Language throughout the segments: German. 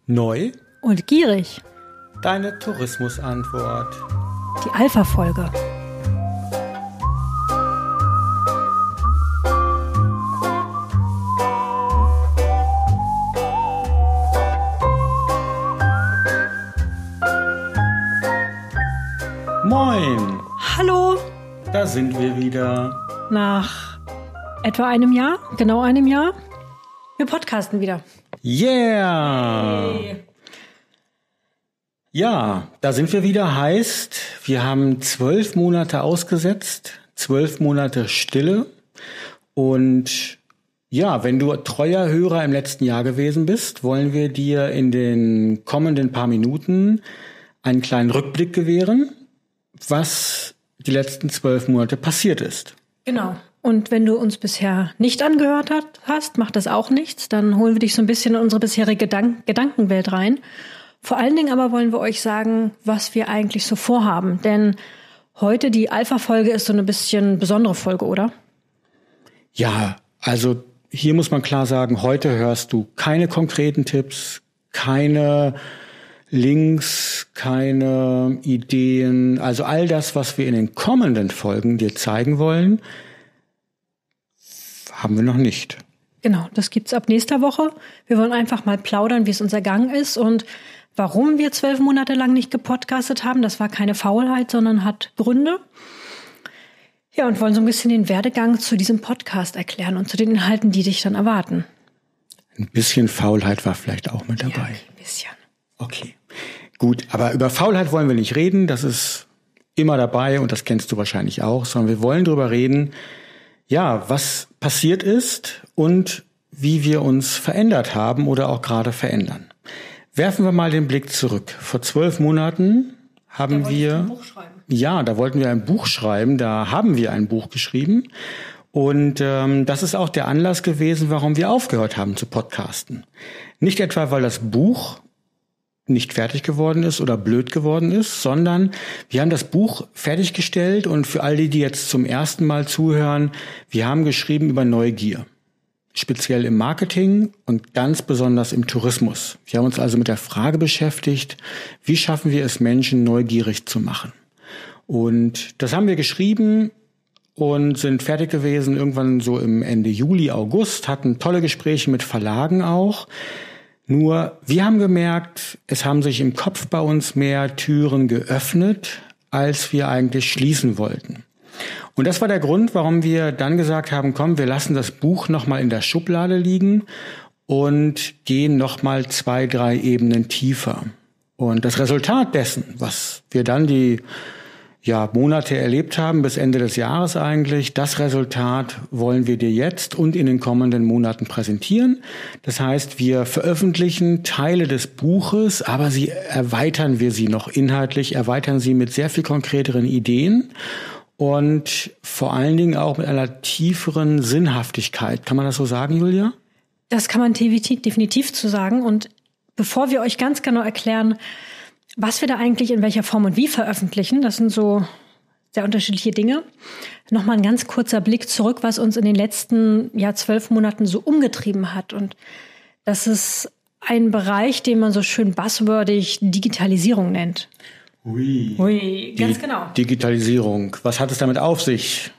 Neu und gierig. Deine Tourismusantwort. Die Alpha-Folge. Moin. Hallo. Da sind wir wieder. Nach etwa einem Jahr, genau einem Jahr. Wir podcasten wieder. Yeah. Hey. Ja, da sind wir wieder. Heißt, wir haben 12 Monate ausgesetzt, 12 Monate Stille. Und ja, wenn du treuer Hörer im letzten Jahr gewesen bist, wollen wir dir in den kommenden paar Minuten einen kleinen Rückblick gewähren, was die letzten 12 Monate passiert ist. Genau. Und wenn du uns bisher nicht angehört hast, macht das auch nichts. Dann holen wir dich so ein bisschen in unsere bisherige Gedankenwelt rein. Vor allen Dingen aber wollen wir euch sagen, was wir eigentlich so vorhaben. Denn heute die Alpha-Folge ist so eine bisschen besondere Folge, oder? Ja, also hier muss man klar sagen, heute hörst du keine konkreten Tipps, keine Links, keine Ideen. Also all das, was wir in den kommenden Folgen dir zeigen wollen, haben wir noch nicht. Genau, das gibt's ab nächster Woche. Wir wollen einfach mal plaudern, wie es uns ergangen ist und warum wir 12 Monate lang nicht gepodcastet haben. Das war keine Faulheit, sondern hat Gründe. Ja, und wollen so ein bisschen den Werdegang zu diesem Podcast erklären und zu den Inhalten, die dich dann erwarten. Ein bisschen Faulheit war vielleicht auch mit dabei. Ja, ein bisschen. Okay, gut. Aber über Faulheit wollen wir nicht reden. Das ist immer dabei und das kennst du wahrscheinlich auch. Sondern wir wollen drüber reden, ja, was passiert ist und wie wir uns verändert haben oder auch gerade verändern. Werfen wir mal den Blick zurück. Vor 12 Monaten haben wir... ein Buch schreiben. Ja, da wollten wir ein Buch schreiben. Da haben wir ein Buch geschrieben. Und das ist auch der Anlass gewesen, warum wir aufgehört haben zu podcasten. Nicht etwa, weil das Buch nicht fertig geworden ist oder blöd geworden ist, sondern wir haben das Buch fertiggestellt und für all die, die jetzt zum ersten Mal zuhören, wir haben geschrieben über Neugier. Speziell im Marketing und ganz besonders im Tourismus. Wir haben uns also mit der Frage beschäftigt, wie schaffen wir es, Menschen neugierig zu machen? Und das haben wir geschrieben und sind fertig gewesen irgendwann so im Ende Juli, August, hatten tolle Gespräche mit Verlagen auch. Nur wir haben gemerkt, es haben sich im Kopf bei uns mehr Türen geöffnet, als wir eigentlich schließen wollten. Und das war der Grund, warum wir dann gesagt haben, komm, wir lassen das Buch nochmal in der Schublade liegen und gehen nochmal 2, 3 Ebenen tiefer. Und das Resultat dessen, was wir dann die Monate erlebt haben, bis Ende des Jahres eigentlich, das Resultat wollen wir dir jetzt und in den kommenden Monaten präsentieren. Das heißt, wir veröffentlichen Teile des Buches, aber erweitern wir sie noch inhaltlich, erweitern sie mit sehr viel konkreteren Ideen und vor allen Dingen auch mit einer tieferen Sinnhaftigkeit. Kann man das so sagen, Julia? Das kann man definitiv zu sagen. Und bevor wir euch ganz genau erklären, was wir da eigentlich in welcher Form und wie veröffentlichen, das sind so sehr unterschiedliche Dinge. Nochmal ein ganz kurzer Blick zurück, was uns in den letzten 12 Monaten so umgetrieben hat. Und das ist ein Bereich, den man so schön buzzwordig Digitalisierung nennt. Ui, ganz genau. Digitalisierung, was hat es damit auf sich?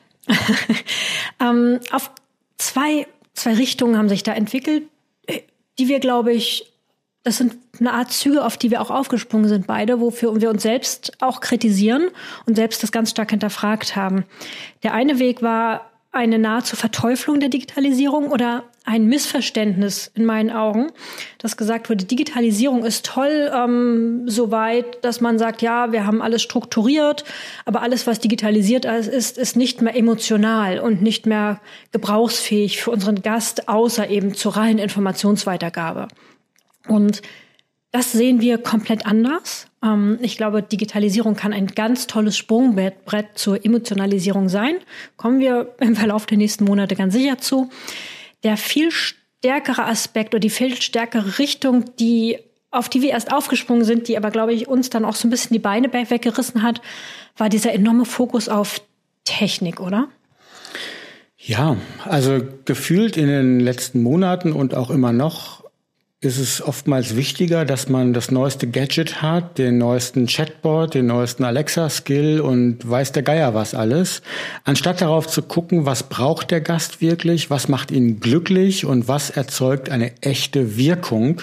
Auf zwei Richtungen haben sich da entwickelt, die wir, glaube ich, das sind eine Art Züge, auf die wir auch aufgesprungen sind, beide, wofür wir uns selbst auch kritisieren und selbst das ganz stark hinterfragt haben. Der eine Weg war eine nahezu Verteuflung der Digitalisierung oder ein Missverständnis in meinen Augen, dass gesagt wurde, Digitalisierung ist toll, soweit, dass man sagt, ja, wir haben alles strukturiert, aber alles, was digitalisiert ist nicht mehr emotional und nicht mehr gebrauchsfähig für unseren Gast, außer eben zur reinen Informationsweitergabe. Und das sehen wir komplett anders. Ich glaube, Digitalisierung kann ein ganz tolles Sprungbrett zur Emotionalisierung sein. Kommen wir im Verlauf der nächsten Monate ganz sicher zu. Der viel stärkere Aspekt oder die viel stärkere Richtung, auf die wir erst aufgesprungen sind, die aber, glaube ich, uns dann auch so ein bisschen die Beine weggerissen hat, war dieser enorme Fokus auf Technik, oder? Ja, also gefühlt in den letzten Monaten und auch immer noch ist es oftmals wichtiger, dass man das neueste Gadget hat, den neuesten Chatbot, den neuesten Alexa-Skill und weiß der Geier was alles, anstatt darauf zu gucken, was braucht der Gast wirklich, was macht ihn glücklich und was erzeugt eine echte Wirkung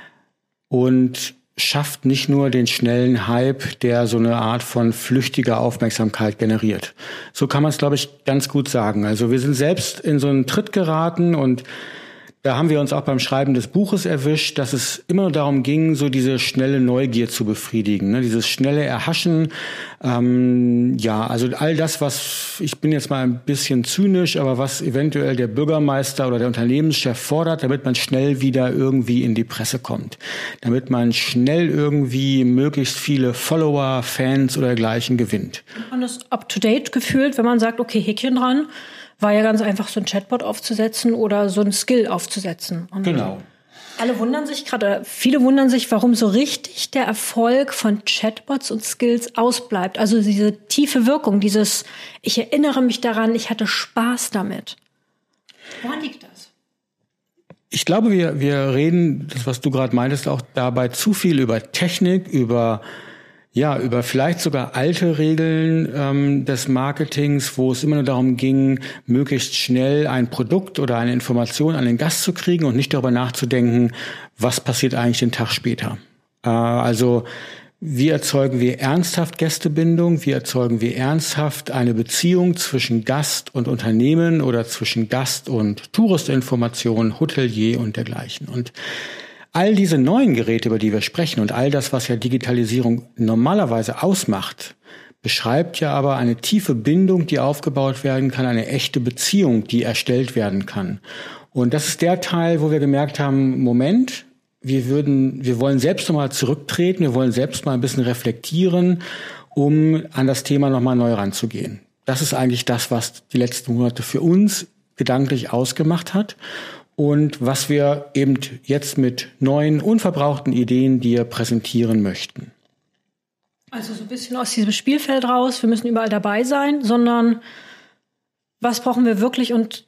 und schafft nicht nur den schnellen Hype, der so eine Art von flüchtiger Aufmerksamkeit generiert. So kann man es, glaube ich, ganz gut sagen. Also wir sind selbst in so einen Tritt geraten und da haben wir uns auch beim Schreiben des Buches erwischt, dass es immer nur darum ging, so diese schnelle Neugier zu befriedigen, ne? Dieses schnelle Erhaschen. Also all das, was, ich bin jetzt mal ein bisschen zynisch, aber was eventuell der Bürgermeister oder der Unternehmenschef fordert, damit man schnell wieder irgendwie in die Presse kommt. Damit man schnell irgendwie möglichst viele Follower, Fans oder dergleichen gewinnt. Man ist up-to-date gefühlt, wenn man sagt, okay, Häkchen dran. War ja ganz einfach, so ein Chatbot aufzusetzen oder so ein Skill aufzusetzen. Und genau. Viele wundern sich, warum so richtig der Erfolg von Chatbots und Skills ausbleibt. Also diese tiefe Wirkung, ich erinnere mich daran, ich hatte Spaß damit. Woran liegt das? Ich glaube, wir reden, das was du gerade meintest, auch dabei zu viel über Technik, über vielleicht sogar alte Regeln des Marketings, wo es immer nur darum ging, möglichst schnell ein Produkt oder eine Information an den Gast zu kriegen und nicht darüber nachzudenken, was passiert eigentlich den Tag später. Also wie erzeugen wir ernsthaft Gästebindung, wie erzeugen wir ernsthaft eine Beziehung zwischen Gast und Unternehmen oder zwischen Gast und Touristinformation, Hotelier und dergleichen. Und all diese neuen Geräte, über die wir sprechen und all das, was ja Digitalisierung normalerweise ausmacht, beschreibt ja aber eine tiefe Bindung, die aufgebaut werden kann, eine echte Beziehung, die erstellt werden kann. Und das ist der Teil, wo wir gemerkt haben, Moment, wir wollen selbst nochmal zurücktreten, wir wollen selbst mal ein bisschen reflektieren, um an das Thema nochmal neu ranzugehen. Das ist eigentlich das, was die letzten Monate für uns gedanklich ausgemacht hat. Und was wir eben jetzt mit neuen, unverbrauchten Ideen dir präsentieren möchten. Also so ein bisschen aus diesem Spielfeld raus, wir müssen überall dabei sein, sondern was brauchen wir wirklich und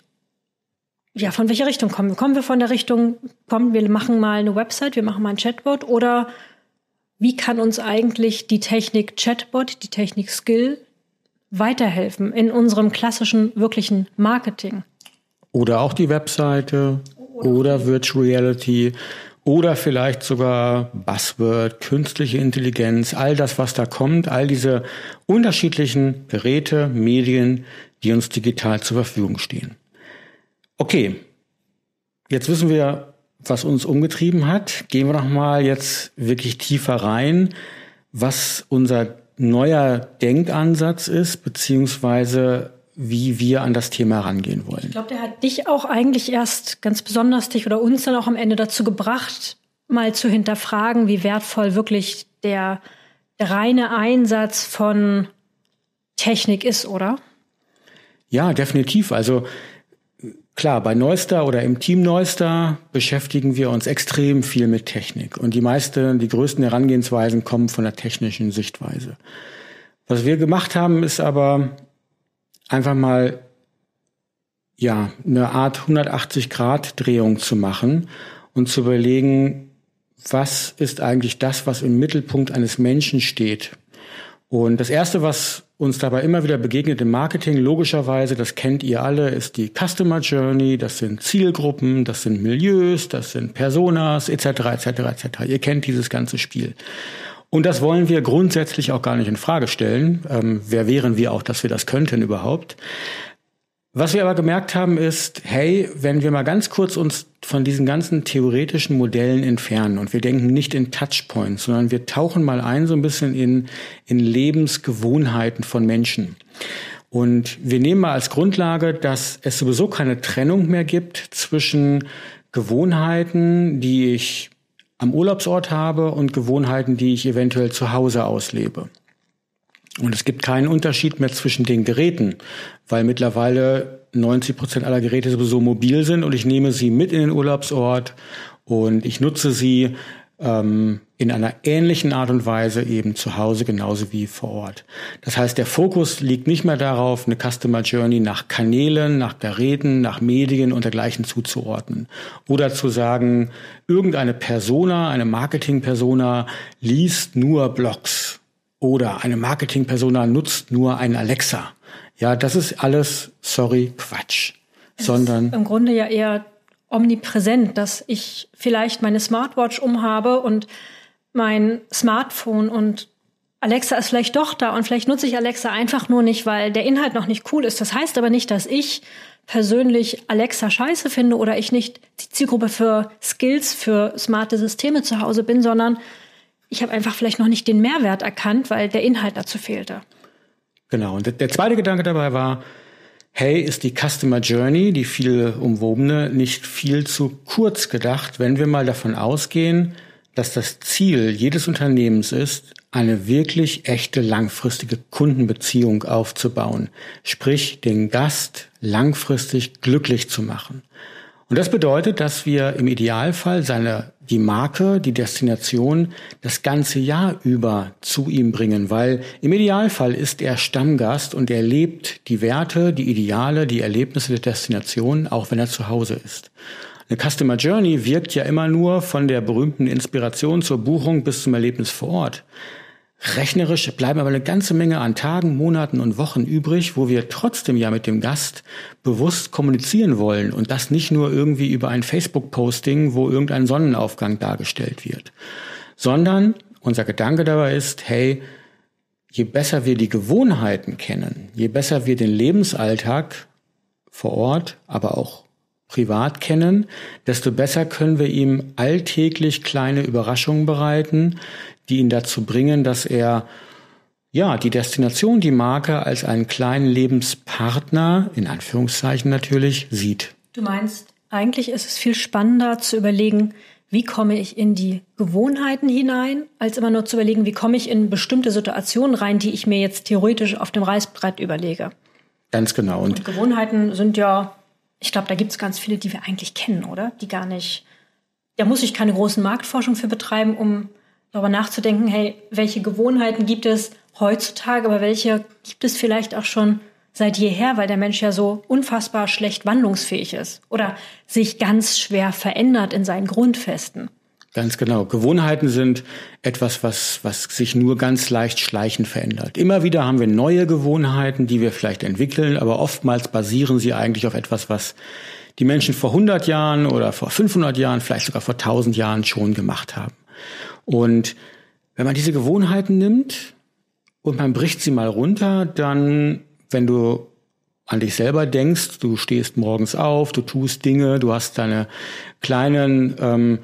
ja, von welcher Richtung kommen wir? Kommen wir von der Richtung, wir machen mal eine Website, wir machen mal ein Chatbot oder wie kann uns eigentlich die Technik Chatbot, die Technik Skill weiterhelfen in unserem klassischen, wirklichen Marketing? Oder auch die Webseite oder Virtual Reality oder vielleicht sogar Buzzword, künstliche Intelligenz, all das, was da kommt, all diese unterschiedlichen Geräte, Medien, die uns digital zur Verfügung stehen. Okay, jetzt wissen wir, was uns umgetrieben hat. Gehen wir noch mal jetzt wirklich tiefer rein, was unser neuer Denkansatz ist, beziehungsweise wie wir an das Thema rangehen wollen. Ich glaube, der hat dich auch eigentlich erst ganz besonders oder uns dann auch am Ende dazu gebracht, mal zu hinterfragen, wie wertvoll wirklich der reine Einsatz von Technik ist, oder? Ja, definitiv. Also klar, bei Neustar oder im Team Neustar beschäftigen wir uns extrem viel mit Technik. Und die größten Herangehensweisen kommen von der technischen Sichtweise. Was wir gemacht haben, ist aber einfach mal eine Art 180-Grad-Drehung zu machen und zu überlegen, was ist eigentlich das, was im Mittelpunkt eines Menschen steht. Und das Erste, was uns dabei immer wieder begegnet im Marketing, logischerweise, das kennt ihr alle, ist die Customer Journey, das sind Zielgruppen, das sind Milieus, das sind Personas, etc., etc., etc. Ihr kennt dieses ganze Spiel. Und das wollen wir grundsätzlich auch gar nicht in Frage stellen. Wer wären wir auch, dass wir das könnten überhaupt? Was wir aber gemerkt haben ist, hey, wenn wir mal ganz kurz uns von diesen ganzen theoretischen Modellen entfernen und wir denken nicht in Touchpoints, sondern wir tauchen mal ein so ein bisschen in Lebensgewohnheiten von Menschen. Und wir nehmen mal als Grundlage, dass es sowieso keine Trennung mehr gibt zwischen Gewohnheiten, die ich am Urlaubsort habe und Gewohnheiten, die ich eventuell zu Hause auslebe. Und es gibt keinen Unterschied mehr zwischen den Geräten, weil mittlerweile 90% aller Geräte sowieso mobil sind und ich nehme sie mit in den Urlaubsort und ich nutze sie in einer ähnlichen Art und Weise eben zu Hause genauso wie vor Ort. Das heißt, der Fokus liegt nicht mehr darauf, eine Customer Journey nach Kanälen, nach Geräten, nach Medien und dergleichen zuzuordnen. Oder zu sagen, irgendeine Persona, eine Marketing-Persona liest nur Blogs. Oder eine Marketing-Persona nutzt nur ein Alexa. Ja, das ist alles, Quatsch. Sondern im Grunde ja eher omnipräsent, dass ich vielleicht meine Smartwatch umhabe und mein Smartphone und Alexa ist vielleicht doch da und vielleicht nutze ich Alexa einfach nur nicht, weil der Inhalt noch nicht cool ist. Das heißt aber nicht, dass ich persönlich Alexa scheiße finde oder ich nicht die Zielgruppe für Skills, für smarte Systeme zu Hause bin, sondern ich habe einfach vielleicht noch nicht den Mehrwert erkannt, weil der Inhalt dazu fehlte. Genau. Und der zweite Gedanke dabei war, hey, ist die Customer Journey, die viel umwobene, nicht viel zu kurz gedacht, wenn wir mal davon ausgehen, dass das Ziel jedes Unternehmens ist, eine wirklich echte langfristige Kundenbeziehung aufzubauen, sprich den Gast langfristig glücklich zu machen. Und das bedeutet, dass wir im Idealfall die Marke, die Destination das ganze Jahr über zu ihm bringen, weil im Idealfall ist er Stammgast und er lebt die Werte, die Ideale, die Erlebnisse der Destination, auch wenn er zu Hause ist. Eine Customer Journey wirkt ja immer nur von der berühmten Inspiration zur Buchung bis zum Erlebnis vor Ort. Rechnerisch bleiben aber eine ganze Menge an Tagen, Monaten und Wochen übrig, wo wir trotzdem ja mit dem Gast bewusst kommunizieren wollen und das nicht nur irgendwie über ein Facebook-Posting, wo irgendein Sonnenaufgang dargestellt wird, sondern unser Gedanke dabei ist, hey, je besser wir die Gewohnheiten kennen, je besser wir den Lebensalltag vor Ort, aber auch privat kennen, desto besser können wir ihm alltäglich kleine Überraschungen bereiten, die ihn dazu bringen, dass er die Destination, die Marke als einen kleinen Lebenspartner, in Anführungszeichen natürlich, sieht. Du meinst, eigentlich ist es viel spannender zu überlegen, wie komme ich in die Gewohnheiten hinein, als immer nur zu überlegen, wie komme ich in bestimmte Situationen rein, die ich mir jetzt theoretisch auf dem Reißbrett überlege. Ganz genau. Und Gewohnheiten sind ja, ich glaube, da gibt es ganz viele, die wir eigentlich kennen, oder? Die gar nicht, da muss ich keine großen Marktforschung für betreiben, um darüber nachzudenken, hey, welche Gewohnheiten gibt es heutzutage, aber welche gibt es vielleicht auch schon seit jeher, weil der Mensch ja so unfassbar schlecht wandlungsfähig ist oder sich ganz schwer verändert in seinen Grundfesten. Ganz genau. Gewohnheiten sind etwas, was sich nur ganz leicht schleichend verändert. Immer wieder haben wir neue Gewohnheiten, die wir vielleicht entwickeln, aber oftmals basieren sie eigentlich auf etwas, was die Menschen vor 100 Jahren oder vor 500 Jahren, vielleicht sogar vor 1000 Jahren schon gemacht haben. Und wenn man diese Gewohnheiten nimmt und man bricht sie mal runter, dann, wenn du an dich selber denkst, du stehst morgens auf, du tust Dinge, du hast deine kleinen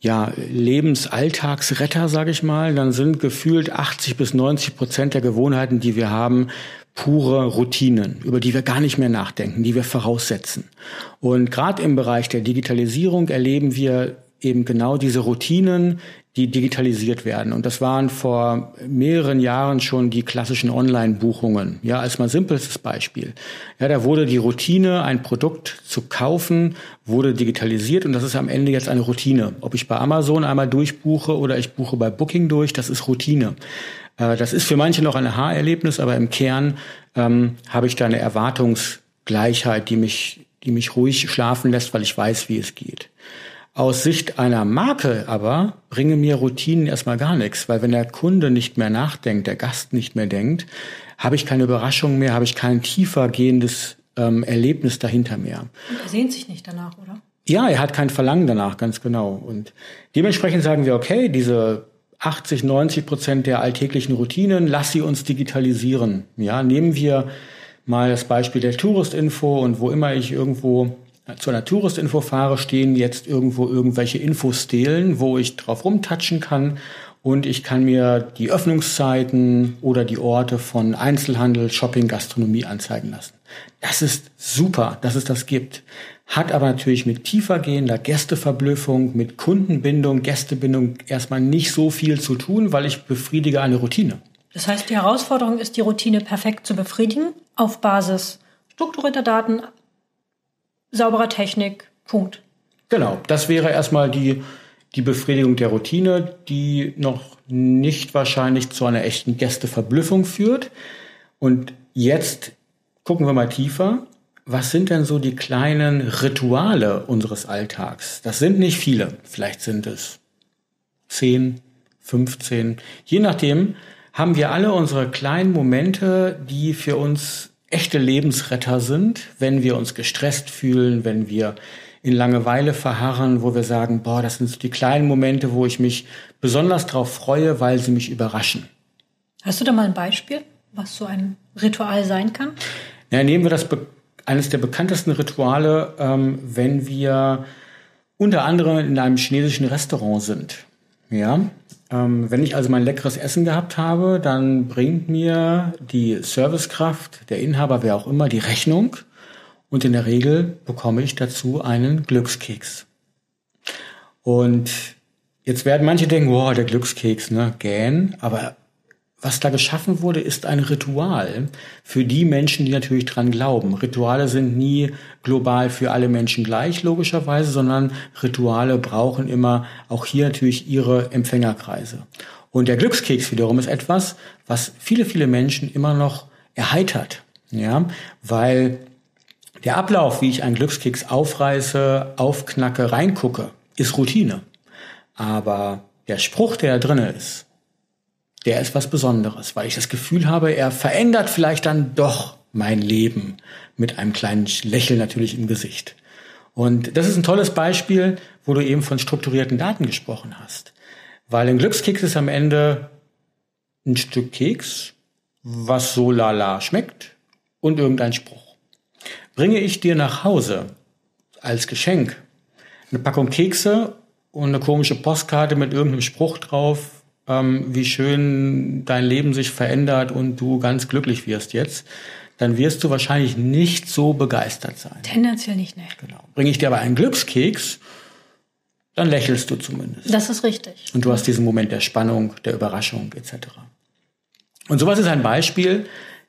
Lebensalltagsretter, sage ich mal, dann sind gefühlt 80-90% der Gewohnheiten, die wir haben, pure Routinen, über die wir gar nicht mehr nachdenken, die wir voraussetzen. Und gerade im Bereich der Digitalisierung erleben wir eben genau diese Routinen, die digitalisiert werden. Und das waren vor mehreren Jahren schon die klassischen Online-Buchungen. Ja, als mal simpelstes Beispiel. Ja, da wurde die Routine, ein Produkt zu kaufen, wurde digitalisiert und das ist am Ende jetzt eine Routine. Ob ich bei Amazon einmal durchbuche oder ich buche bei Booking durch, das ist Routine. Das ist für manche noch ein Aha-Erlebnis, aber im Kern habe ich da eine Erwartungsgleichheit, die mich ruhig schlafen lässt, weil ich weiß, wie es geht. Aus Sicht einer Marke aber bringen mir Routinen erstmal gar nichts, weil wenn der Kunde nicht mehr nachdenkt, der Gast nicht mehr denkt, habe ich keine Überraschung mehr, habe ich kein tiefer gehendes Erlebnis dahinter mehr. Und er sehnt sich nicht danach, oder? Ja, er hat kein Verlangen danach, ganz genau. Und dementsprechend sagen wir, okay, diese 80-90% der alltäglichen Routinen, lass sie uns digitalisieren. Ja, nehmen wir mal das Beispiel der Touristinfo und wo immer ich irgendwo zu einer Touristinfo fahre, stehen jetzt irgendwo irgendwelche Infostelen, wo ich drauf rumtatschen kann und ich kann mir die Öffnungszeiten oder die Orte von Einzelhandel, Shopping, Gastronomie anzeigen lassen. Das ist super, dass es das gibt. Hat aber natürlich mit tiefergehender Gästeverblüffung, mit Kundenbindung, Gästebindung erstmal nicht so viel zu tun, weil ich befriedige eine Routine. Das heißt, die Herausforderung ist, die Routine perfekt zu befriedigen, auf Basis strukturierter Daten, sauberer Technik, Punkt. Genau, das wäre erstmal die die Befriedigung der Routine, die noch nicht wahrscheinlich zu einer echten Gästeverblüffung führt. Und jetzt gucken wir mal tiefer. Was sind denn so die kleinen Rituale unseres Alltags? Das sind nicht viele. Vielleicht sind es 10, 15. Je nachdem haben wir alle unsere kleinen Momente, die für uns echte Lebensretter sind, wenn wir uns gestresst fühlen, wenn wir in Langeweile verharren, wo wir sagen, boah, das sind so die kleinen Momente, wo ich mich besonders drauf freue, weil sie mich überraschen. Hast du da mal ein Beispiel, was so ein Ritual sein kann? Ja, nehmen wir eines der bekanntesten Rituale, wenn wir unter anderem in einem chinesischen Restaurant sind. Ja, wenn ich also mein leckeres Essen gehabt habe, dann bringt mir die Servicekraft, der Inhaber, wer auch immer, die Rechnung. Und in der Regel bekomme ich dazu einen Glückskeks. Und jetzt werden manche denken, wow, der Glückskeks, ne, gähn. Aber was da geschaffen wurde, ist ein Ritual für die Menschen, die natürlich dran glauben. Rituale sind nie global für alle Menschen gleich, logischerweise, sondern Rituale brauchen immer auch hier natürlich ihre Empfängerkreise. Und der Glückskeks wiederum ist etwas, was viele, viele Menschen immer noch erheitert. Ja, weil der Ablauf, wie ich einen Glückskeks aufreiße, aufknacke, reingucke, ist Routine. Aber der Spruch, der da drin ist, der ist was Besonderes, weil ich das Gefühl habe, er verändert vielleicht dann doch mein Leben mit einem kleinen Lächeln natürlich im Gesicht. Und das ist ein tolles Beispiel, wo du eben von strukturierten Daten gesprochen hast. Weil ein Glückskeks ist am Ende ein Stück Keks, was so lala schmeckt und irgendein Spruch. Bringe ich dir nach Hause als Geschenk eine Packung Kekse und eine komische Postkarte mit irgendeinem Spruch drauf, wie schön dein Leben sich verändert und du ganz glücklich wirst jetzt, dann wirst du wahrscheinlich nicht so begeistert sein. Tendenziell nicht, ne. Genau. Bringe ich dir aber einen Glückskeks, dann lächelst du zumindest. Das ist richtig. Und du hast diesen Moment der Spannung, der Überraschung etc. Und sowas ist ein Beispiel,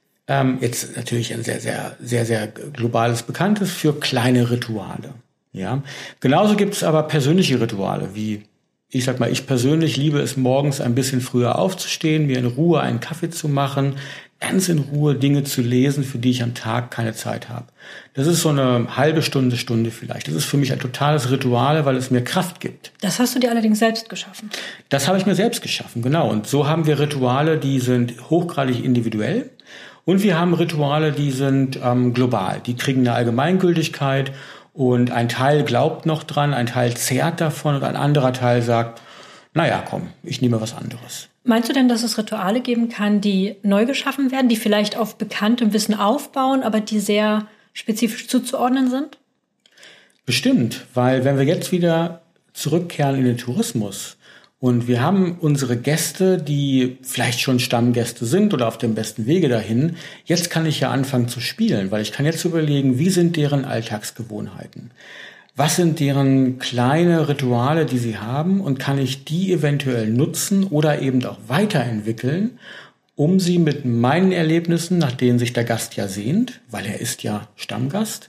jetzt natürlich ein sehr, sehr, sehr, sehr globales Bekanntes für kleine Rituale. Ja. Genauso gibt es aber persönliche Rituale, wie ich sag mal, ich persönlich liebe es, morgens ein bisschen früher aufzustehen, mir in Ruhe einen Kaffee zu machen, ganz in Ruhe Dinge zu lesen, für die ich am Tag keine Zeit habe. Das ist so eine halbe Stunde vielleicht. Das ist für mich ein totales Ritual, weil es mir Kraft gibt. Das hast du dir allerdings selbst geschaffen. Das habe ich mir selbst geschaffen, genau. Und so haben wir Rituale, die sind hochgradig individuell. Und wir haben Rituale, die sind global. Die kriegen eine Allgemeingültigkeit. Und ein Teil glaubt noch dran, ein Teil zehrt davon und ein anderer Teil sagt, naja, komm, ich nehme was anderes. Meinst du denn, dass es Rituale geben kann, die neu geschaffen werden, die vielleicht auf bekanntem Wissen aufbauen, aber die sehr spezifisch zuzuordnen sind? Bestimmt, weil wenn wir jetzt wieder zurückkehren in den Tourismus und wir haben unsere Gäste, die vielleicht schon Stammgäste sind oder auf dem besten Wege dahin. Jetzt kann ich ja anfangen zu spielen, weil ich kann jetzt überlegen, wie sind deren Alltagsgewohnheiten? Was sind deren kleine Rituale, die sie haben? Und kann ich die eventuell nutzen oder eben auch weiterentwickeln, um sie mit meinen Erlebnissen, nach denen sich der Gast ja sehnt, weil er ist ja Stammgast,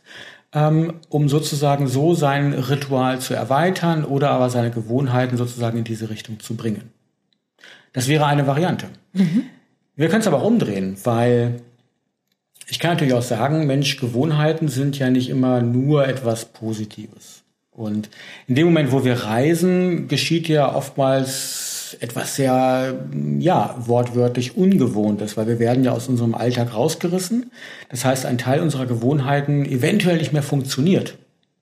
um sozusagen so sein Ritual zu erweitern oder aber seine Gewohnheiten sozusagen in diese Richtung zu bringen. Das wäre eine Variante. Mhm. Wir können es aber auch umdrehen, weil ich kann natürlich auch sagen, Mensch, Gewohnheiten sind ja nicht immer nur etwas Positives. Und in dem Moment, wo wir reisen, geschieht ja oftmals etwas sehr, ja, wortwörtlich Ungewohntes, weil wir werden ja aus unserem Alltag rausgerissen. Das heißt, ein Teil unserer Gewohnheiten eventuell nicht mehr funktioniert.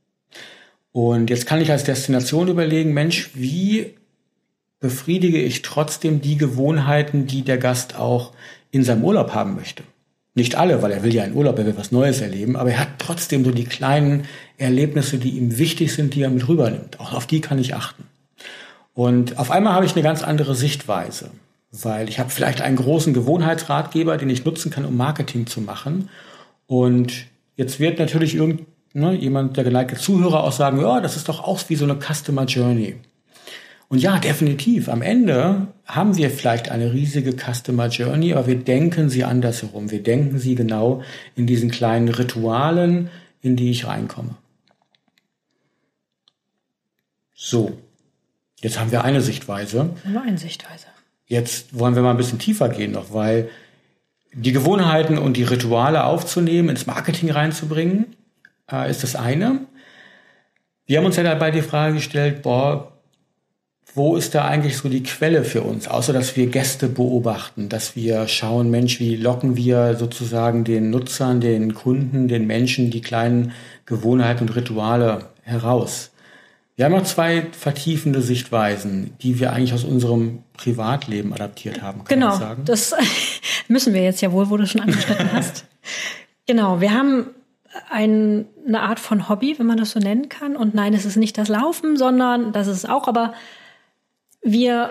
Und jetzt kann ich als Destination überlegen, Mensch, wie befriedige ich trotzdem die Gewohnheiten, die der Gast auch in seinem Urlaub haben möchte? Nicht alle, weil er will ja einen Urlaub, er will was Neues erleben, aber er hat trotzdem so die kleinen Erlebnisse, die ihm wichtig sind, die er mit rübernimmt. Auch auf die kann ich achten. Und auf einmal habe ich eine ganz andere Sichtweise, weil ich habe vielleicht einen großen Gewohnheitsratgeber, den ich nutzen kann, um Marketing zu machen. Und jetzt wird natürlich jemand, der geneigte Zuhörer, auch sagen, ja, das ist doch auch wie so eine Customer Journey. Und ja, definitiv. Am Ende haben wir vielleicht eine riesige Customer Journey, aber wir denken sie andersherum. Wir denken sie genau in diesen kleinen Ritualen, in die ich reinkomme. So, Jetzt haben wir eine Sichtweise. Nur eine Sichtweise. Jetzt wollen wir mal ein bisschen tiefer gehen noch, weil die Gewohnheiten und die Rituale aufzunehmen, ins Marketing reinzubringen, ist das eine. Wir haben uns ja dabei die Frage gestellt, wo ist da eigentlich so die Quelle für uns? Außer, dass wir Gäste beobachten, dass wir schauen, Mensch, wie locken wir sozusagen den Nutzern, den Kunden, den Menschen die kleinen Gewohnheiten und Rituale heraus. Wir haben noch 2 vertiefende Sichtweisen, die wir eigentlich aus unserem Privatleben adaptiert haben, kann man sagen. Das müssen wir jetzt ja wohl, wo du schon angeschnitten hast. Genau, wir haben eine Art von Hobby, wenn man das so nennen kann. Und nein, es ist nicht das Laufen, sondern das ist es auch, aber wir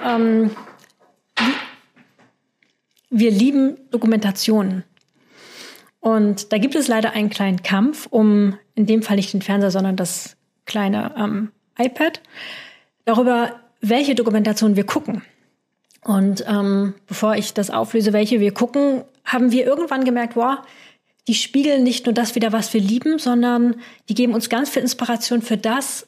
lieben Dokumentationen. Und da gibt es leider einen kleinen Kampf um, in dem Fall nicht den Fernseher, sondern das kleine iPad, darüber, welche Dokumentation wir gucken. Und bevor ich das auflöse, welche wir gucken, haben wir irgendwann gemerkt, die spiegeln nicht nur das wieder, was wir lieben, sondern die geben uns ganz viel Inspiration für das,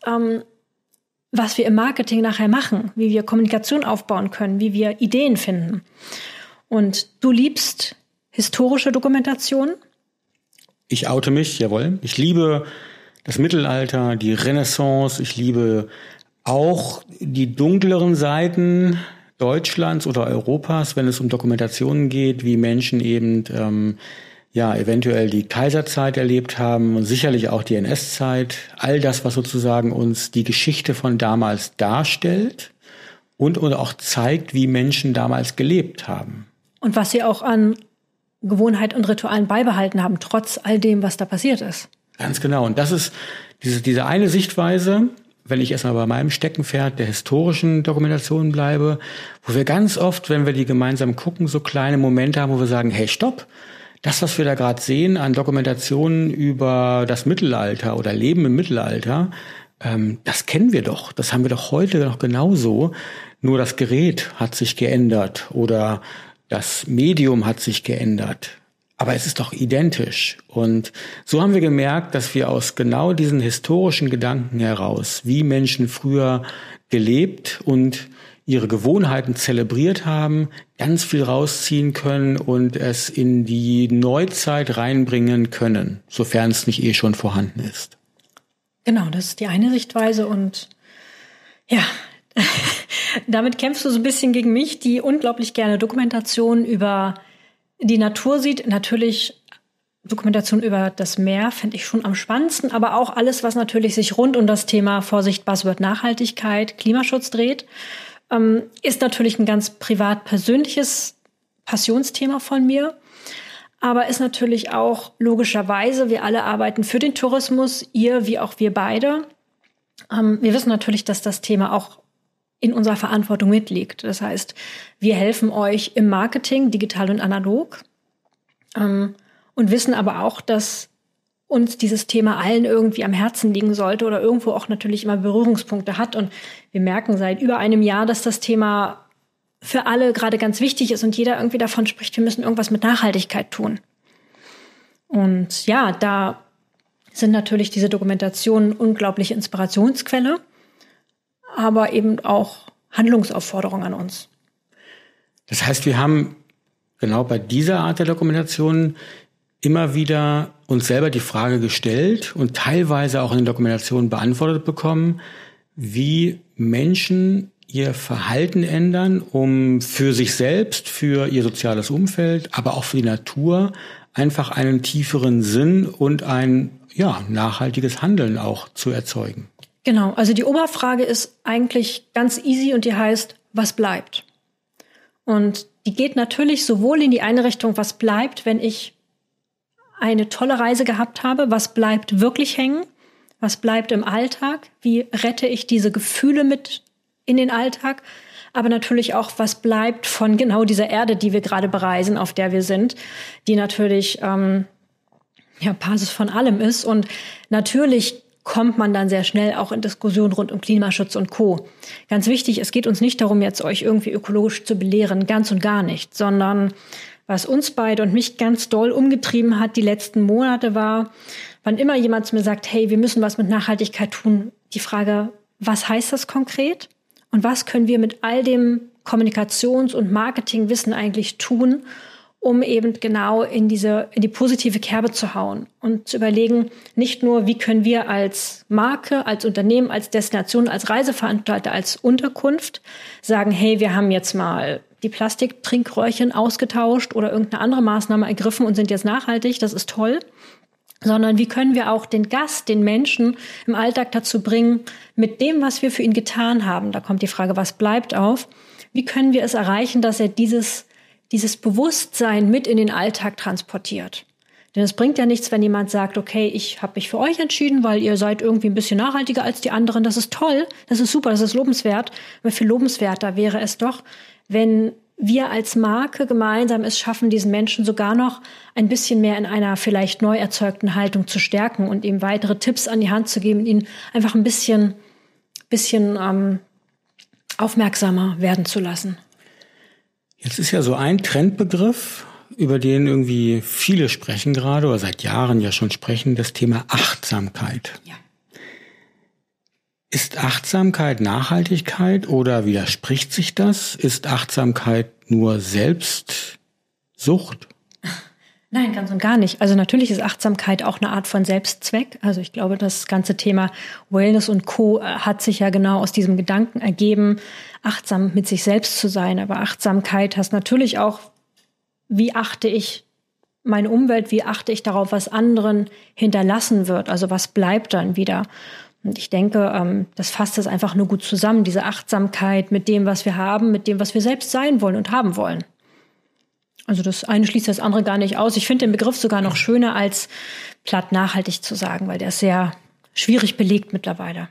was wir im Marketing nachher machen, wie wir Kommunikation aufbauen können, wie wir Ideen finden. Und du liebst historische Dokumentation? Ich oute mich, jawohl. Ich liebe das Mittelalter, die Renaissance. Ich liebe auch die dunkleren Seiten Deutschlands oder Europas, wenn es um Dokumentationen geht, wie Menschen eben eventuell die Kaiserzeit erlebt haben und sicherlich auch die NS-Zeit. All das, was sozusagen uns die Geschichte von damals darstellt und auch zeigt, wie Menschen damals gelebt haben. Und was sie auch an Gewohnheit und Ritualen beibehalten haben, trotz all dem, was da passiert ist. Ganz genau. Und das ist diese eine Sichtweise, wenn ich erstmal bei meinem Steckenpferd der historischen Dokumentation bleibe, wo wir ganz oft, wenn wir die gemeinsam gucken, so kleine Momente haben, wo wir sagen, hey, stopp, das, was wir da gerade sehen an Dokumentationen über das Mittelalter oder Leben im Mittelalter, das kennen wir doch. Das haben wir doch heute noch genauso. Nur das Gerät hat sich geändert oder das Medium hat sich geändert. Aber es ist doch identisch. Und so haben wir gemerkt, dass wir aus genau diesen historischen Gedanken heraus, wie Menschen früher gelebt und ihre Gewohnheiten zelebriert haben, ganz viel rausziehen können und es in die Neuzeit reinbringen können, sofern es nicht eh schon vorhanden ist. Genau, das ist die eine Sichtweise und ja, damit kämpfst du so ein bisschen gegen mich, die unglaublich gerne Dokumentation über die Natur sieht. Natürlich Dokumentation über das Meer fände ich schon am spannendsten, aber auch alles, was natürlich sich rund um das Thema, Vorsicht, Buzzword Nachhaltigkeit, Klimaschutz dreht, ist natürlich ein ganz privat persönliches Passionsthema von mir, aber ist natürlich auch logischerweise, wir alle arbeiten für den Tourismus, ihr wie auch wir beide. Wir wissen natürlich, dass das Thema auch in unserer Verantwortung mitliegt. Das heißt, wir helfen euch im Marketing, digital und analog, und wissen aber auch, dass uns dieses Thema allen irgendwie am Herzen liegen sollte oder irgendwo auch natürlich immer Berührungspunkte hat. Und wir merken seit über einem Jahr, dass das Thema für alle gerade ganz wichtig ist und jeder irgendwie davon spricht, wir müssen irgendwas mit Nachhaltigkeit tun. Und ja, da sind natürlich diese Dokumentationen unglaubliche Inspirationsquelle, aber eben auch Handlungsaufforderungen an uns. Das heißt, wir haben genau bei dieser Art der Dokumentation immer wieder uns selber die Frage gestellt und teilweise auch in den Dokumentationen beantwortet bekommen, wie Menschen ihr Verhalten ändern, um für sich selbst, für ihr soziales Umfeld, aber auch für die Natur einfach einen tieferen Sinn und ein nachhaltiges Handeln auch zu erzeugen. Genau, also die Oberfrage ist eigentlich ganz easy und die heißt, was bleibt? Und die geht natürlich sowohl in die eine Richtung, was bleibt, wenn ich eine tolle Reise gehabt habe, was bleibt wirklich hängen, was bleibt im Alltag, wie rette ich diese Gefühle mit in den Alltag, aber natürlich auch, was bleibt von genau dieser Erde, die wir gerade bereisen, auf der wir sind, die natürlich Basis von allem ist. Und natürlich kommt man dann sehr schnell auch in Diskussionen rund um Klimaschutz und Co. Ganz wichtig, es geht uns nicht darum, jetzt euch irgendwie ökologisch zu belehren, ganz und gar nicht, sondern was uns beide und mich ganz doll umgetrieben hat die letzten Monate war, wann immer jemand zu mir sagt, hey, wir müssen was mit Nachhaltigkeit tun, die Frage, was heißt das konkret? Und was können wir mit all dem Kommunikations- und Marketingwissen eigentlich tun, um eben genau in die positive Kerbe zu hauen und zu überlegen, nicht nur, wie können wir als Marke, als Unternehmen, als Destination, als Reiseveranstalter, als Unterkunft sagen, hey, wir haben jetzt mal die Plastiktrinkröhrchen ausgetauscht oder irgendeine andere Maßnahme ergriffen und sind jetzt nachhaltig, das ist toll, sondern wie können wir auch den Gast, den Menschen im Alltag dazu bringen, mit dem, was wir für ihn getan haben, da kommt die Frage, was bleibt auf, wie können wir es erreichen, dass er dieses Bewusstsein mit in den Alltag transportiert. Denn es bringt ja nichts, wenn jemand sagt, okay, ich habe mich für euch entschieden, weil ihr seid irgendwie ein bisschen nachhaltiger als die anderen. Das ist toll, das ist super, das ist lobenswert. Aber viel lobenswerter wäre es doch, wenn wir als Marke gemeinsam es schaffen, diesen Menschen sogar noch ein bisschen mehr in einer vielleicht neu erzeugten Haltung zu stärken und ihm weitere Tipps an die Hand zu geben, ihn einfach ein bisschen aufmerksamer werden zu lassen. Jetzt ist ja so ein Trendbegriff, über den irgendwie viele sprechen gerade oder seit Jahren ja schon sprechen, das Thema Achtsamkeit. Ja. Ist Achtsamkeit Nachhaltigkeit oder widerspricht sich das? Ist Achtsamkeit nur Selbstsucht? Nein, ganz und gar nicht. Also natürlich ist Achtsamkeit auch eine Art von Selbstzweck. Also ich glaube, das ganze Thema Wellness und Co. hat sich ja genau aus diesem Gedanken ergeben, achtsam mit sich selbst zu sein. Aber Achtsamkeit heißt natürlich auch, wie achte ich meine Umwelt, wie achte ich darauf, was anderen hinterlassen wird, also was bleibt dann wieder. Und ich denke, das fasst es einfach nur gut zusammen, diese Achtsamkeit mit dem, was wir haben, mit dem, was wir selbst sein wollen und haben wollen. Also das eine schließt das andere gar nicht aus. Ich finde den Begriff sogar noch schöner als platt nachhaltig zu sagen, weil der ist sehr schwierig belegt mittlerweile.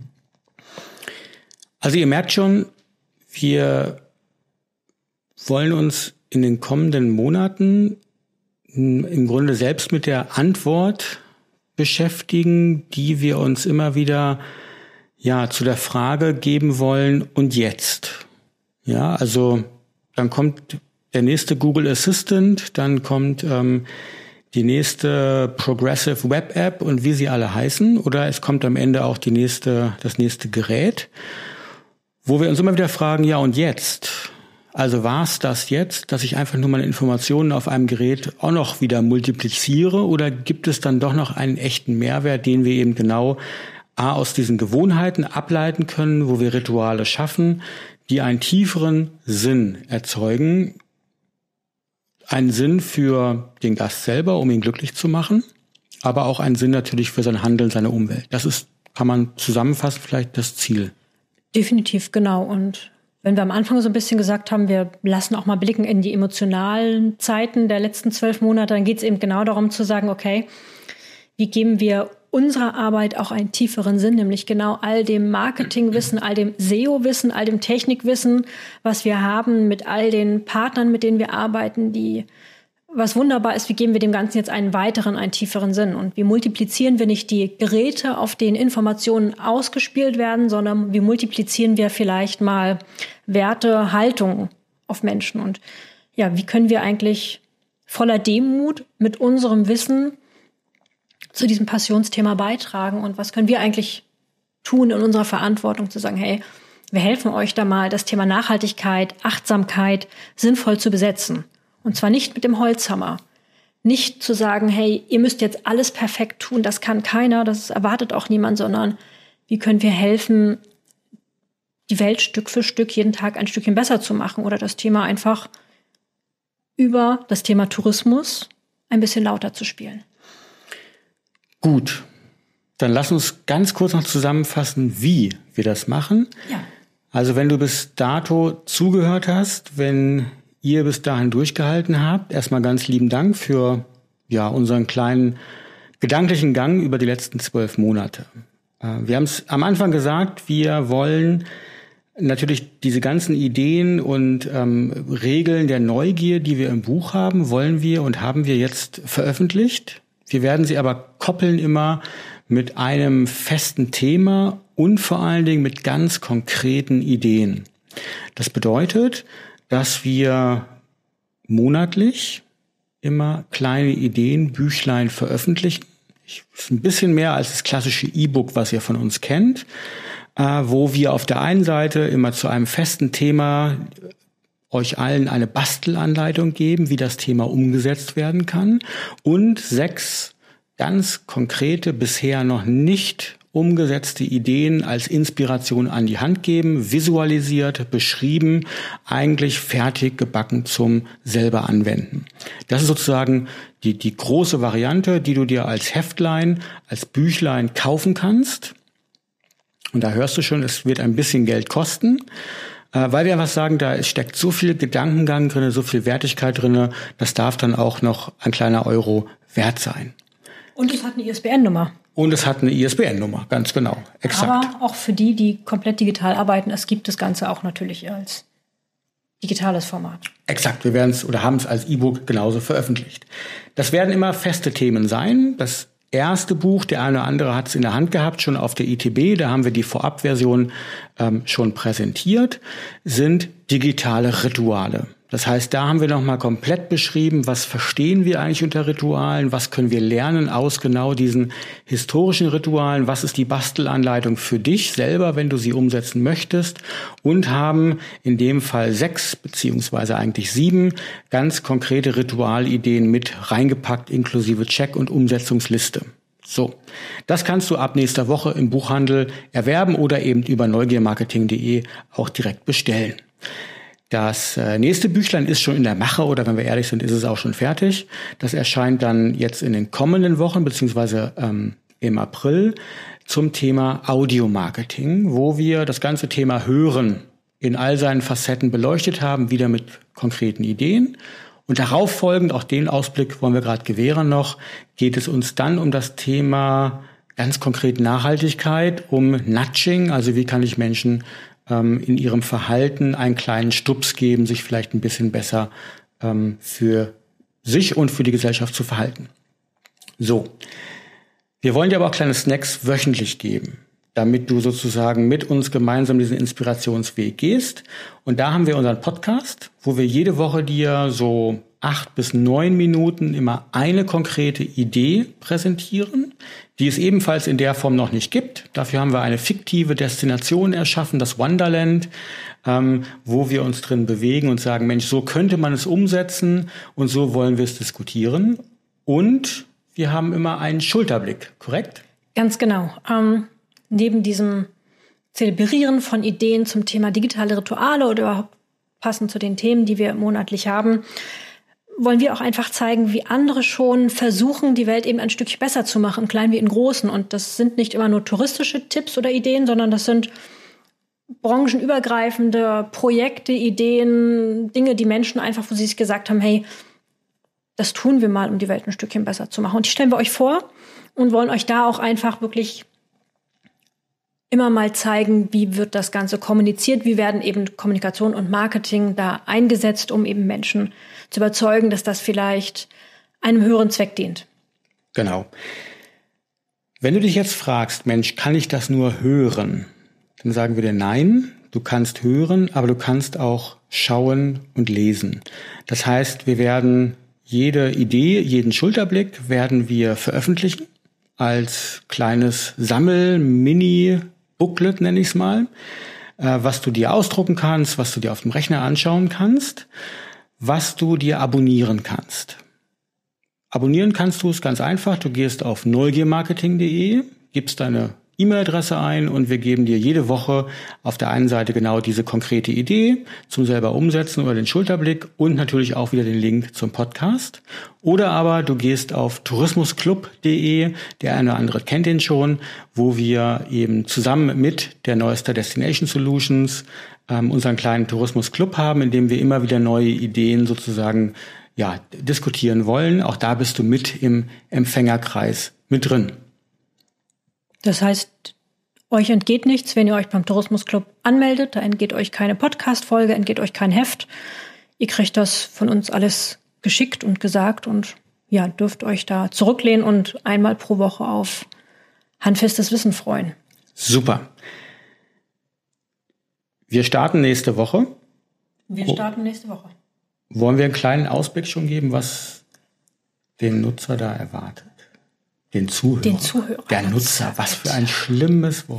Also ihr merkt schon, wir wollen uns in den kommenden Monaten im Grunde selbst mit der Antwort beschäftigen, die wir uns immer wieder zu der Frage geben wollen, und jetzt? Ja, also dann kommt der nächste Google Assistant, dann kommt die nächste Progressive Web App und wie sie alle heißen, oder es kommt am Ende auch das nächste Gerät, wo wir uns immer wieder fragen, ja und jetzt? Also war es das jetzt, dass ich einfach nur meine Informationen auf einem Gerät auch noch wieder multipliziere, oder gibt es dann doch noch einen echten Mehrwert, den wir eben genau aus diesen Gewohnheiten ableiten können, wo wir Rituale schaffen, die einen tieferen Sinn erzeugen, einen Sinn für den Gast selber, um ihn glücklich zu machen, aber auch einen Sinn natürlich für sein Handeln, seine Umwelt. Das ist, kann man zusammenfassen, vielleicht das Ziel. Definitiv, genau. Und wenn wir am Anfang so ein bisschen gesagt haben, wir lassen auch mal blicken in die emotionalen Zeiten der letzten 12 Monate, dann geht es eben genau darum zu sagen, okay, wie geben wir unserer Arbeit auch einen tieferen Sinn, nämlich genau all dem Marketingwissen, all dem SEO-Wissen, all dem Technikwissen, was wir haben, mit all den Partnern, mit denen wir arbeiten, was wunderbar ist, wie geben wir dem Ganzen jetzt einen tieferen Sinn? Und wie multiplizieren wir nicht die Geräte, auf denen Informationen ausgespielt werden, sondern wie multiplizieren wir vielleicht mal Werte, Haltungen auf Menschen? Und ja, wie können wir eigentlich voller Demut mit unserem Wissen zu diesem Passionsthema beitragen? Und was können wir eigentlich tun in unserer Verantwortung, zu sagen, hey, wir helfen euch da mal, das Thema Nachhaltigkeit, Achtsamkeit sinnvoll zu besetzen. Und zwar nicht mit dem Holzhammer. Nicht zu sagen, hey, ihr müsst jetzt alles perfekt tun, das kann keiner, das erwartet auch niemand, sondern wie können wir helfen, die Welt Stück für Stück jeden Tag ein Stückchen besser zu machen oder das Thema einfach über das Thema Tourismus ein bisschen lauter zu spielen. Gut, dann lass uns ganz kurz noch zusammenfassen, wie wir das machen. Ja. Also wenn du bis dato zugehört hast, wenn ihr bis dahin durchgehalten habt, erstmal ganz lieben Dank für unseren kleinen gedanklichen Gang über die letzten 12 Monate. Wir haben es am Anfang gesagt, wir wollen natürlich diese ganzen Ideen und Regeln der Neugier, die wir im Buch haben, wollen wir und haben wir jetzt veröffentlicht. Wir werden sie aber koppeln immer mit einem festen Thema und vor allen Dingen mit ganz konkreten Ideen. Das bedeutet, dass wir monatlich immer kleine Ideenbüchlein veröffentlichen. Das ist ein bisschen mehr als das klassische E-Book, was ihr von uns kennt. wo wir auf der einen Seite immer zu einem festen Thema euch allen eine Bastelanleitung geben, wie das Thema umgesetzt werden kann, und 6 ganz konkrete, bisher noch nicht umgesetzte Ideen als Inspiration an die Hand geben, visualisiert, beschrieben, eigentlich fertig gebacken zum selber anwenden. Das ist sozusagen die große Variante, die du dir als Heftlein, als Büchlein kaufen kannst. Und da hörst du schon, es wird ein bisschen Geld kosten, weil wir einfach sagen, da steckt so viel Gedankengang drin, so viel Wertigkeit drin, das darf dann auch noch ein kleiner Euro wert sein. Und es hat eine ISBN-Nummer. Und es hat eine ISBN-Nummer, ganz genau, exakt. Aber auch für die komplett digital arbeiten, es gibt das Ganze auch natürlich als digitales Format. Exakt, wir werden es oder haben es als E-Book genauso veröffentlicht. Das werden immer feste Themen sein. Das erste Buch, der eine oder andere hat es in der Hand gehabt, schon auf der ITB, da haben wir die Vorabversion schon präsentiert, sind digitale Rituale. Das heißt, da haben wir nochmal komplett beschrieben, was verstehen wir eigentlich unter Ritualen, was können wir lernen aus genau diesen historischen Ritualen, was ist die Bastelanleitung für dich selber, wenn du sie umsetzen möchtest, und haben in dem Fall 6 beziehungsweise eigentlich 7 ganz konkrete Ritualideen mit reingepackt, inklusive Check- und Umsetzungsliste. So, das kannst du ab nächster Woche im Buchhandel erwerben oder eben über neugiermarketing.de auch direkt bestellen. Das nächste Büchlein ist schon in der Mache, oder wenn wir ehrlich sind, ist es auch schon fertig. Das erscheint dann jetzt in den kommenden Wochen, beziehungsweise im April, zum Thema Audiomarketing, wo wir das ganze Thema Hören in all seinen Facetten beleuchtet haben, wieder mit konkreten Ideen. Und darauf folgend, auch den Ausblick wollen wir gerade gewähren noch, geht es uns dann um das Thema ganz konkret Nachhaltigkeit, um Nudging, also wie kann ich Menschen in ihrem Verhalten einen kleinen Stups geben, sich vielleicht ein bisschen besser für sich und für die Gesellschaft zu verhalten. So, wir wollen dir aber auch kleine Snacks wöchentlich geben, damit du sozusagen mit uns gemeinsam diesen Inspirationsweg gehst. Und da haben wir unseren Podcast, wo wir jede Woche dir so 8 bis 9 Minuten immer eine konkrete Idee präsentieren, die es ebenfalls in der Form noch nicht gibt. Dafür haben wir eine fiktive Destination erschaffen, das Wonderland, wo wir uns drin bewegen und sagen, Mensch, so könnte man es umsetzen und so wollen wir es diskutieren. Und wir haben immer einen Schulterblick, korrekt? Ganz genau. Neben diesem Zelebrieren von Ideen zum Thema digitale Rituale oder überhaupt passend zu den Themen, die wir monatlich haben, wollen wir auch einfach zeigen, wie andere schon versuchen, die Welt eben ein Stückchen besser zu machen, klein wie in großen. Und das sind nicht immer nur touristische Tipps oder Ideen, sondern das sind branchenübergreifende Projekte, Ideen, Dinge, die Menschen einfach, wo sie sich gesagt haben, hey, das tun wir mal, um die Welt ein Stückchen besser zu machen. Und die stellen wir euch vor und wollen euch da auch einfach wirklich immer mal zeigen, wie wird das Ganze kommuniziert, wie werden eben Kommunikation und Marketing da eingesetzt, um eben Menschen zu überzeugen, dass das vielleicht einem höheren Zweck dient. Genau. Wenn du dich jetzt fragst, Mensch, kann ich das nur hören? Dann sagen wir dir nein, du kannst hören, aber du kannst auch schauen und lesen. Das heißt, wir werden jede Idee, jeden Schulterblick werden wir veröffentlichen als kleines Mini-Booklet, nenne ich es mal, was du dir ausdrucken kannst, was du dir auf dem Rechner anschauen kannst, was du dir abonnieren kannst. Abonnieren kannst du es ganz einfach. Du gehst auf neugiermarketing.de, gibst deine E-Mail-Adresse ein und wir geben dir jede Woche auf der einen Seite genau diese konkrete Idee zum selber umsetzen oder den Schulterblick und natürlich auch wieder den Link zum Podcast. Oder aber du gehst auf tourismusclub.de, der eine oder andere kennt den schon, wo wir eben zusammen mit der Neuster Destination Solutions unseren kleinen Tourismusclub haben, in dem wir immer wieder neue Ideen sozusagen diskutieren wollen. Auch da bist du mit im Empfängerkreis mit drin. Das heißt, euch entgeht nichts, wenn ihr euch beim Tourismusclub anmeldet. Da entgeht euch keine Podcast-Folge, entgeht euch kein Heft. Ihr kriegt das von uns alles geschickt und gesagt und dürft euch da zurücklehnen und einmal pro Woche auf handfestes Wissen freuen. Super. Wir starten nächste Woche. Wollen wir einen kleinen Ausblick schon geben, was den Nutzer da erwartet? Den Zuhörer. Der Nutzer, was für ein schlimmes Wort.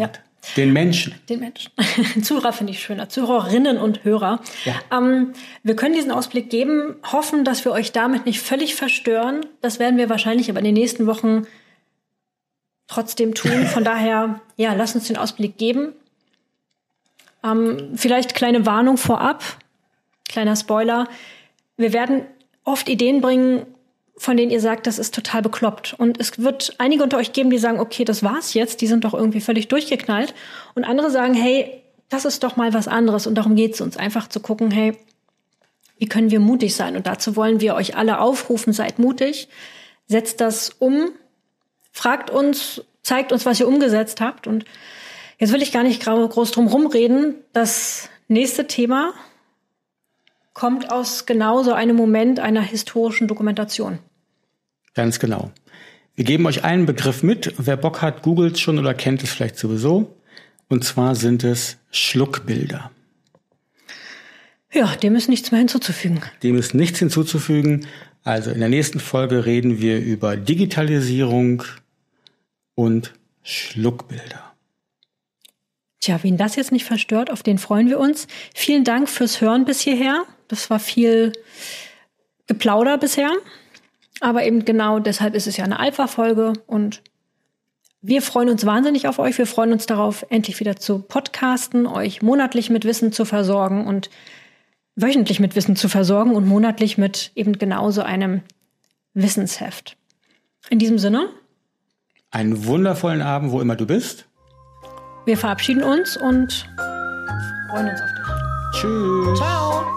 Den Menschen. Den Menschen. Zuhörer finde ich schöner. Zuhörerinnen und Hörer. Ja. Wir können diesen Ausblick geben, hoffen, dass wir euch damit nicht völlig verstören. Das werden wir wahrscheinlich aber in den nächsten Wochen trotzdem tun. Von daher, ja, lasst uns den Ausblick geben. Vielleicht kleine Warnung vorab, kleiner Spoiler. Wir werden oft Ideen bringen, von denen ihr sagt, das ist total bekloppt. Und es wird einige unter euch geben, die sagen, okay, das war's jetzt, die sind doch irgendwie völlig durchgeknallt. Und andere sagen, hey, das ist doch mal was anderes. Und darum geht's uns, einfach zu gucken, hey, wie können wir mutig sein? Und dazu wollen wir euch alle aufrufen, seid mutig, setzt das um, fragt uns, zeigt uns, was ihr umgesetzt habt. Und jetzt will ich gar nicht groß drum rumreden. Das nächste Thema kommt aus genau so einem Moment einer historischen Dokumentation. Ganz genau. Wir geben euch einen Begriff mit. Wer Bock hat, googelt schon oder kennt es vielleicht sowieso. Und zwar sind es Schluckbilder. Ja, dem ist nichts mehr hinzuzufügen. Dem ist nichts hinzuzufügen. Also in der nächsten Folge reden wir über Digitalisierung und Schluckbilder. Tja, wen das jetzt nicht verstört, auf den freuen wir uns. Vielen Dank fürs Hören bis hierher. Das war viel Geplauder bisher. Aber eben genau deshalb ist es ja eine Alpha-Folge. Und wir freuen uns wahnsinnig auf euch. Wir freuen uns darauf, endlich wieder zu podcasten, euch monatlich mit Wissen zu versorgen und wöchentlich mit Wissen zu versorgen und monatlich mit eben genau so einem Wissensheft. In diesem Sinne. Einen wundervollen Abend, wo immer du bist. Wir verabschieden uns und freuen uns auf dich. Tschüss. Ciao.